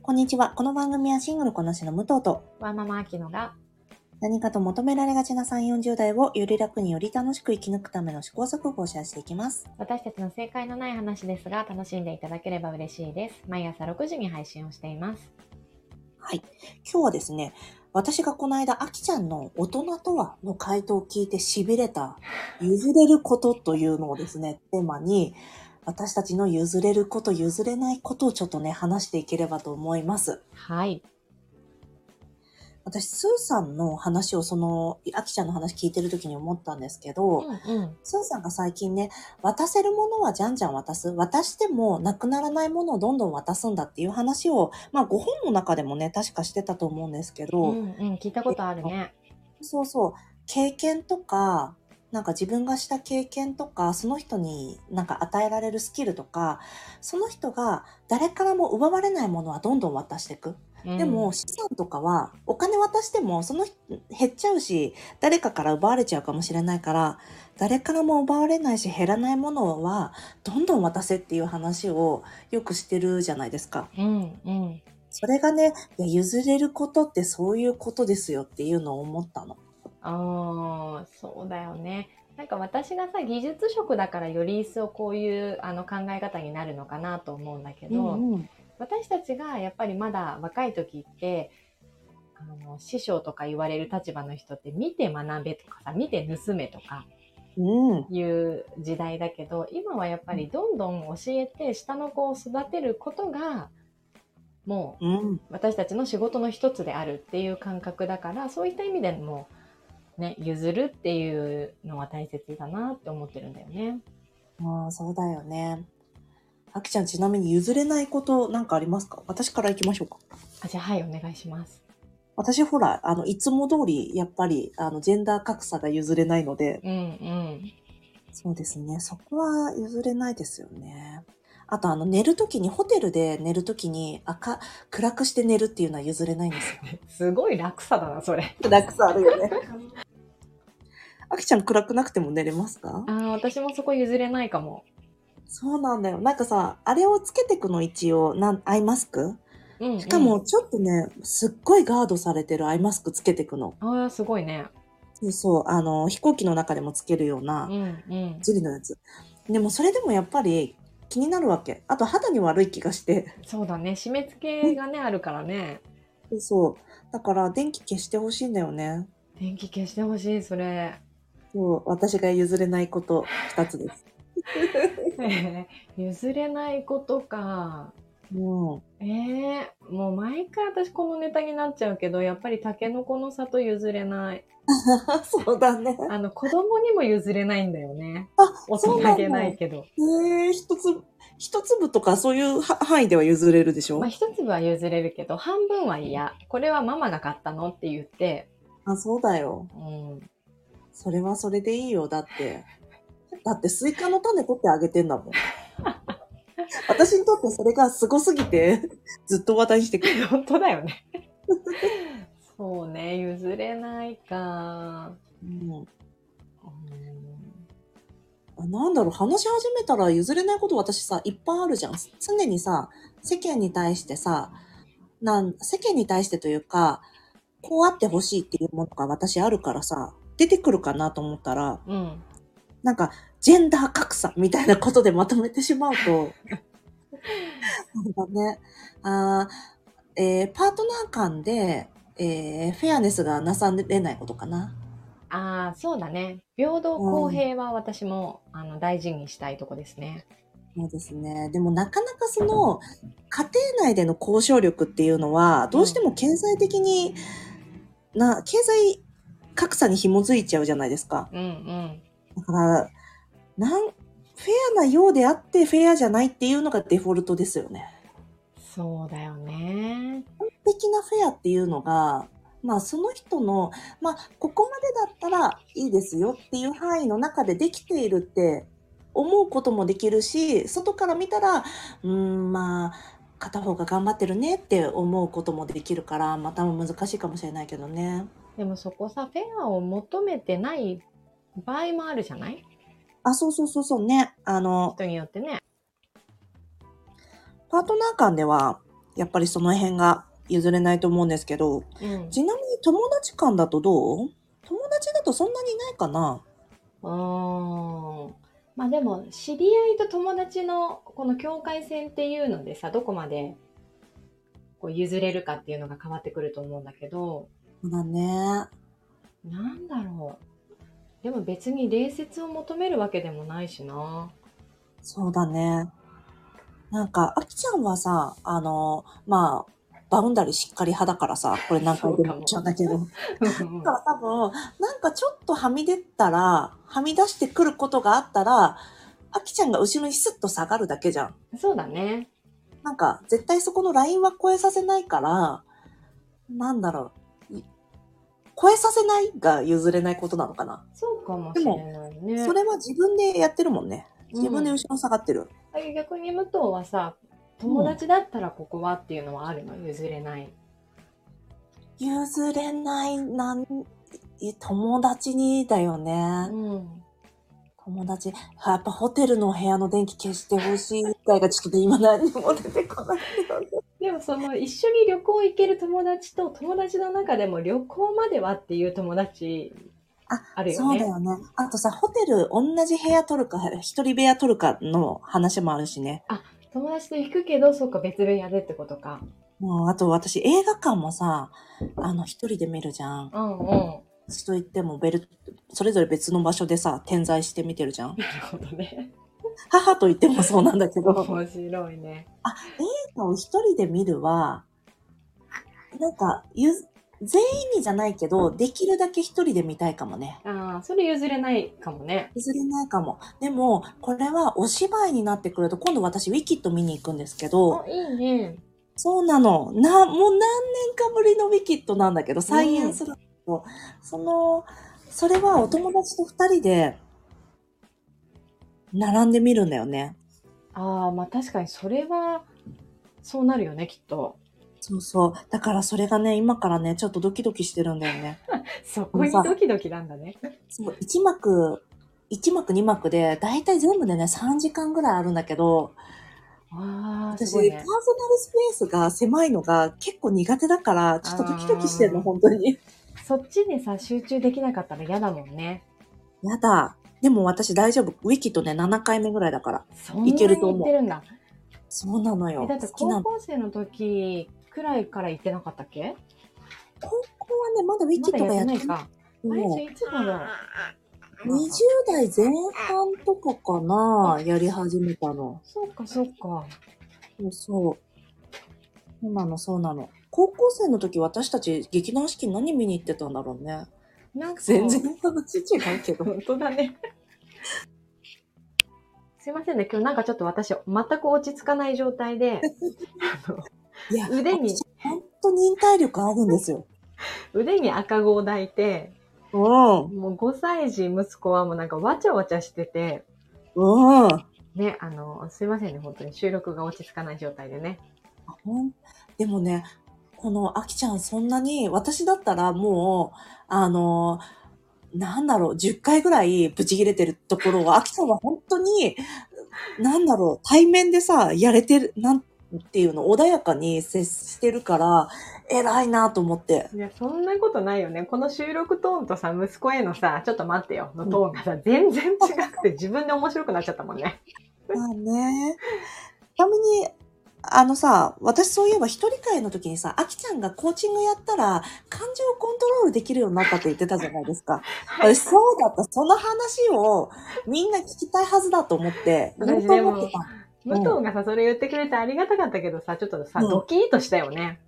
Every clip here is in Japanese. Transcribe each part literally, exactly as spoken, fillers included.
こんにちは。この番組はシングルこなしの武藤と、 ワーママアキノが何かと求められがちなさんじゅう、よんじゅう代をより楽により楽しく生き抜くための試行錯誤をシェアしていきます。 私たちの正解のない話ですが、楽しんでいただければ嬉しいです。毎朝ろくじに配信をしています。 はい。今日はですね、私がこの間、あきちゃんの大人とはの回答を聞いて痺れた、譲れることというのをですね、テーマに、私たちの譲れること、譲れないことをちょっとね、話していければと思います。 はい。 私、スーさんの話をその、あきちゃんの話聞いてる時に思ったんですけど、 うんうん。 スーさんが最近ね、渡せるものはじゃんじゃん渡す。渡してもなくならないものをどんどん渡すんだっていう話を、まあご本の中でもね、確かしてたと思うんですけうど、 んうん。聞いたことあるね。 そうそう、経験とか、なんか自分がした経験とか、その人になんか与えられるスキルとか、その人が誰からも奪われないものはどんどん渡していく。 うん、 でも資産とかはお金渡してもその人減っちゃうし、誰かから奪われちゃうかもしれないから、誰からも奪われないし減らないものはどんどん渡せっていう話をよくしてるじゃないですか。 うんうん。 それがね、いや譲れることってそういうことですよっていうのを思ったの。 ああ、そうだよね。なんか私がさ、技術職だからより一層こういうあの考え方になるのかなと思うんだけど、 うんうん。 私たちがやっぱりまだ若い時って、あの師匠とか言われる立場の人って見て学べとかさ、見て盗めとかうん。 いう時代だけど、今はやっぱりどんどん教えて下の子を育てることがもうん。 う私たちの仕事の一つであるっていう感覚だから、そういった意味でもね、譲るっていうのは大切だなって思ってるんだよね。 ああ、そうだよね。あきちゃん、ちなみに譲れないことなんかありますか？私から行きましょうか。 あ、じゃあはい、お願いします。 私、ほら、あの、いつも通り、やっぱり、あの、ジェンダー格差が譲れないので、 うんうん。 そうですね。そこは譲れないですよね。あと、あの、寝るときに、ホテルで寝るときに、赤、暗くして寝るっていうのは譲れないんですよ。 すごい楽さだな、それ。 楽さあるよね。あきちゃん、暗くなくても寝れますか？ ああ、私もそこ譲れないかも。 そうなんだよ。なんかさ、あれをつけてくの一応、なん、アイマスクうんしかも、 うん。 ちょっとね、すっごいガードされてるアイマスクつけてくの。 ああ、すごいね。 そうそう、あの、飛行機の中でもつけるような、 うんうん。 ジリのやつ。でも、それでもやっぱり気になるわけ。あと、肌に悪い気がして。 そうだね。締め付けがね、あるからね。 そうそう。だから、電気消してほしいんだよね。 電気消してほしい、それ。 そう、私が譲れないこと、二つです。 譲れないことか。 もええー、もう毎回私このネタになっちゃうけど、やっぱりタケノコの里譲れない。 う、そうだね。 あの、子供にも譲れないんだよね。 あ、 大そうなんだ。 人げないけど。 ええ、一つ、一粒とかそういうは範囲では譲れるでしまあ、 ょ？ 一粒は譲れるけど、半分は嫌。これはママが買ったのって言って、 あ、そうだよ。 うん。 それはそれでいいよ。だって。だってスイカの種取ってあげてんだもん。私にとってそれがすごすぎて、ずっと話題にしてくる。 本当だよね。そうね、譲れないか。 うんうん、 なんだろう、話し始めたら譲れないこと私さ、いっぱいあるじゃん。常にさ、世間に対してさ、なん、世間に対してというか、こうあってほしいっていうものが私あるからさ、出てくるかなと思ったら、 うん。 なんか、ジェンダー格差みたいなことでまとめてしまうと、なんだね、あー、えーパートナー間で、えーフェアネスがなされないことかな。 ああ、そうだね。平等公うん。 平は私もあの大事にしたいとこですね。 そうですね。でもなかなかその、家庭内での交渉力っていうのは、どうしてうん。 も経済的にな、経済格差に紐づいちゃうじゃないですか。 うんうん。 だから、なん、フェアなようであってフェアじゃないっていうのがデフォルトですよね。 そうだよね。 完璧なフェアっていうのが、まあその人の、まあここまでだったらいいですよっていう範囲の中でできているって思うこともできるし、外から見たら、うーん、まあ片方が頑張ってるねって思うこともできるから、また難しいかもしれないけどね。 でもそこさ、フェアを求めてない場合もあるじゃない？ あ、そうそうそうそうね。あの、 人によってね。 パートナー間では、 やっぱりその辺が譲れないと思うんですけど、 うん。 ちなみに友達間だとどう？友達だとそんなにいないかな？ うーん。まあでも、知り合いと友達のこの境界線っていうのでさ、どこまでこう譲れるかっていうのが変わってくると思うんだけど、 そうだね。 なんだろう。でも別に礼節を求めるわけでもないしな。 そうだね。なんか、あきちゃんはさ、あの、まあ、バウンダリーしっかり派だからさ、これ何回でも言っちゃうんだけど。だから多分、なんかちょっとはみ出たら、はみ出してくることがあったら、あきちゃんが後ろにスッと下がるだけじゃん。 そうだね。 なんか、絶対そこのラインは超えさせないから、なんだろう。い超えさせないが譲れないことなのかな。 そうかもしれないね。 それは自分でやってるもんね。 うん自分で後ろ下がってる。 逆に武藤はさ、友達だったらここはっていうのはあるの？譲れない。 譲れない、なん、友達にだよね。 うん。 友達、やっぱホテルの部屋の電気消してほしい以外がちょっと今何も出てこないよね。 でもその一緒に旅行行ける友達と友達の中でも旅行まではっていう友達あ、 あるよね。 そうだよね。あとさ、ホテル同じ部屋取るか、一人部屋取るかの話もあるしね。 あ、友達と行くけど、そうか別部屋でってことか。 もう、あと私映画館もさ、あの、一人で見るじゃん。 うんうん。 私と言ってもベル、それぞれ別の場所でさ、点在して見てるじゃん。 なるほどね。 母と言ってもそうなんだけど。 面白いね。 あ、映画を一人で見るは、なんか、ゆず、全員にじゃないけど、できるだけ一人で見たいかもね。 ああ、それ譲れないかもね。 譲れないかも。でも、これはお芝居になってくると、今度私ウィキッド見に行くんですけど、 あ、いいね。 そうなの。な、もう何年かぶりのウィキッドなんだけど、再演するんだけど、その、それはお友達と二人で、並んで見るんだよね。 ああ、まあ確かにそれは、そうなるよね、きっと。 そうそう。だからそれがね、今からね、ちょっとドキドキしてるんだよね。 そこにドキドキなんだね。 そう、いち幕、いち幕に幕で、だいたい全部でね、さんじかんぐらいあるんだけど、 ああ、す私、 ごいね。 パーソナルスペースが狭いのが結構苦手だから、ちょっとドキドキしてるの、 あー本当に。 そっちでさ、集中できなかったら嫌だもんね。 やだ。でも私大丈夫。ウィキとね、ななかいめぐらいだから。 そんなにいけると思う行ってるんだ。 そうなのよ。 え、だって好きなの。 高校生の時くらいから行ってなかったっけ？ 高校はね、まだウィキまだやとかやっててっないか。あれ、 もじゃあいつだろう。 にじゅう代前半とかかな、やり始めたの。 そうか、そうか。 そうそう。そうなの、そうなの。高校生の時私たち劇団四季何見に行ってたんだろうね。 なんか、 全然話違うけど。 本当だね。すいませんね、今日なんかちょっと私、全く落ち着かない状態で、あのいや、 腕に私本当に忍耐力あるんですよ。 腕に赤子を抱いて、 うん。 もうごさい児息子はもうなんかわちゃわちゃしてて、 うん。 ね、あの、すいませんね、本当に収録が落ち着かない状態でね。 ほんでもね、このあきちゃんそんなに、私だったらもう、あの、なんだろう、じゅっかいぐらいブチ切れてるところは、あきちゃんは本当に、なんだろう、対面でさ、やれてる、なんていうの、穏やかに接してるから、偉いなと思って。 いや、そんなことないよね。この収録トーンとさ、息子へのさ、ちょっと待ってよ、のトーンがさ、全然違くて自分で面白くなっちゃったもんね。 まあね。ちなみに、あのさ、私そういえば一人会の時にさ、あきちゃんがコーチングやったら、感情をコントロールできるようになったって言ってたじゃないですか。 はい。 私そうだった。その話をみんな聞きたいはずだと思って、言おうと思ってた。 武藤がさ、それ言ってくれてありがたかったけどさ、ちょっとさ、 うんドキッとしたよね。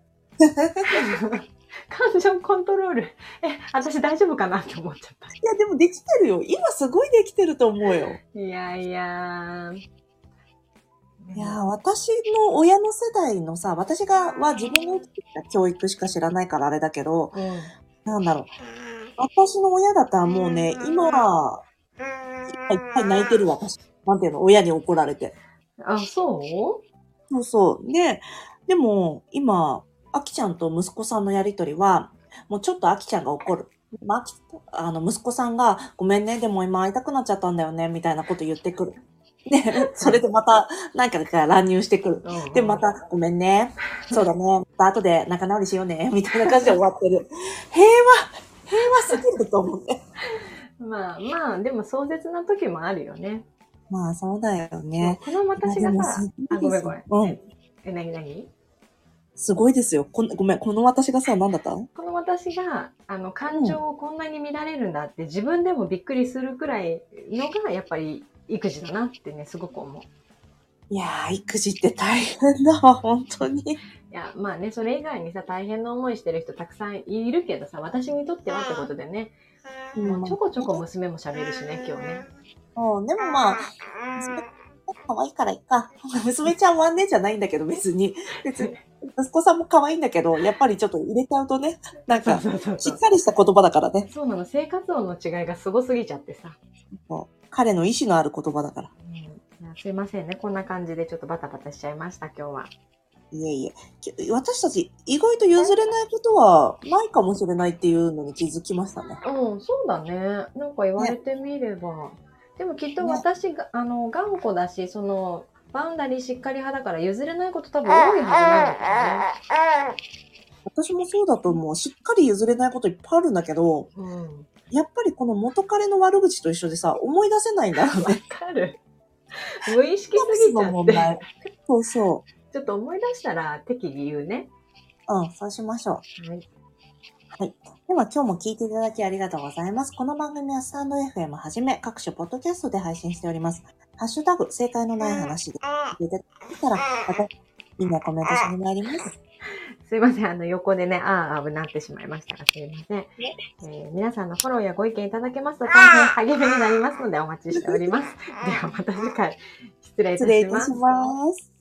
感情コントロール。え、私大丈夫かなって思っちゃった。 いや、でもできてるよ。今すごいできてると思うよ。 いやいやー。 いやー、私の親の世代のさ、私がは自分の生きてきた教育しか知らないからあれだけど、 うん。 なんだろう。私の親だったらもうね、今、いっぱい泣いてるわ、私。なんていうの、親に怒られて。 あ、そうそうそう。で、でも、今、あきちゃんと息子さんのやりとりは、もうちょっとあきちゃんが怒る。まあ、あきあの、息子さんが、ごめんね、でも今会いたくなっちゃったんだよね、みたいなこと言ってくる。 ね、それでまた、なんかから乱入してくる。 うんうんで、また、ごめんね。そうだね。また後で仲直りしようね。みたいな感じで終わってる。平和、平和すぎると思って。 まあまあ、でも壮絶な時もあるよね。 まあ、そうだよね。 この私がさ、あ、ごめんごめん。 うん。 え、なになにすごいですよ。こんごめん、この私がさ、何だったこの私が、あの、感情をこんなに見られるんだって自分でもびっくりするくらいのが、やっぱり育児だなってね、すごく思う。 いやー、育児って大変だわ、本当に。 いや、まあね、それ以外にさ、大変な思いしてる人たくさんいるけどさ、私にとってはってことでね、 うん、 もうちょこちょこ娘も喋るしね、今日ね。 うん、でもまあ、娘可愛いからいっか。娘ちゃんはね、じゃないんだけど、別に。別に。息子さんも可愛いんだけど、やっぱりちょっと入れちゃうとね、なんか、 そうそうそうそうしっかりした言葉だからね。 そうなの、生活音の違いがすごすぎちゃってさ。 そう彼の意志のある言葉だから。 うん、いやすいませんね、こんな感じでちょっとバタバタしちゃいました、今日は。 いえいえ。私たち、意外と譲れないことはないかもしれないっていうのに気づきましたね。 うん、そうだね。なんか言われてみれば。ね、でもきっと私が、ね、あの、頑固だし、その、バウンダリーしっかり派だから譲れないこと多分多いはずなんだけどね。 私もそうだと思う。しっかり譲れないこといっぱいあるんだけど、うん、やっぱりこの元彼の悪口と一緒でさ、思い出せないんだろうね。 わかる。無意識すぎちゃって。 そうそう。 ちょっと思い出したら適宜言うね。 うん、そうしましょう。 はい。 はい。では今日も聞いていただきありがとうございます。この番組はスタンド エフエム はじめ各種ポッドキャストで配信しております。ハッシュタグ、正解のない話で聞いていただいたら、またいいね、コメントしに参ります。 すいません。あの、横でね、ああ、危なってしまいましたが、すいません。えー、皆さんのフォローやご意見いただけますと大変励みになりますのでお待ちしております。ではまた次回、失礼いたします。 失礼いたします。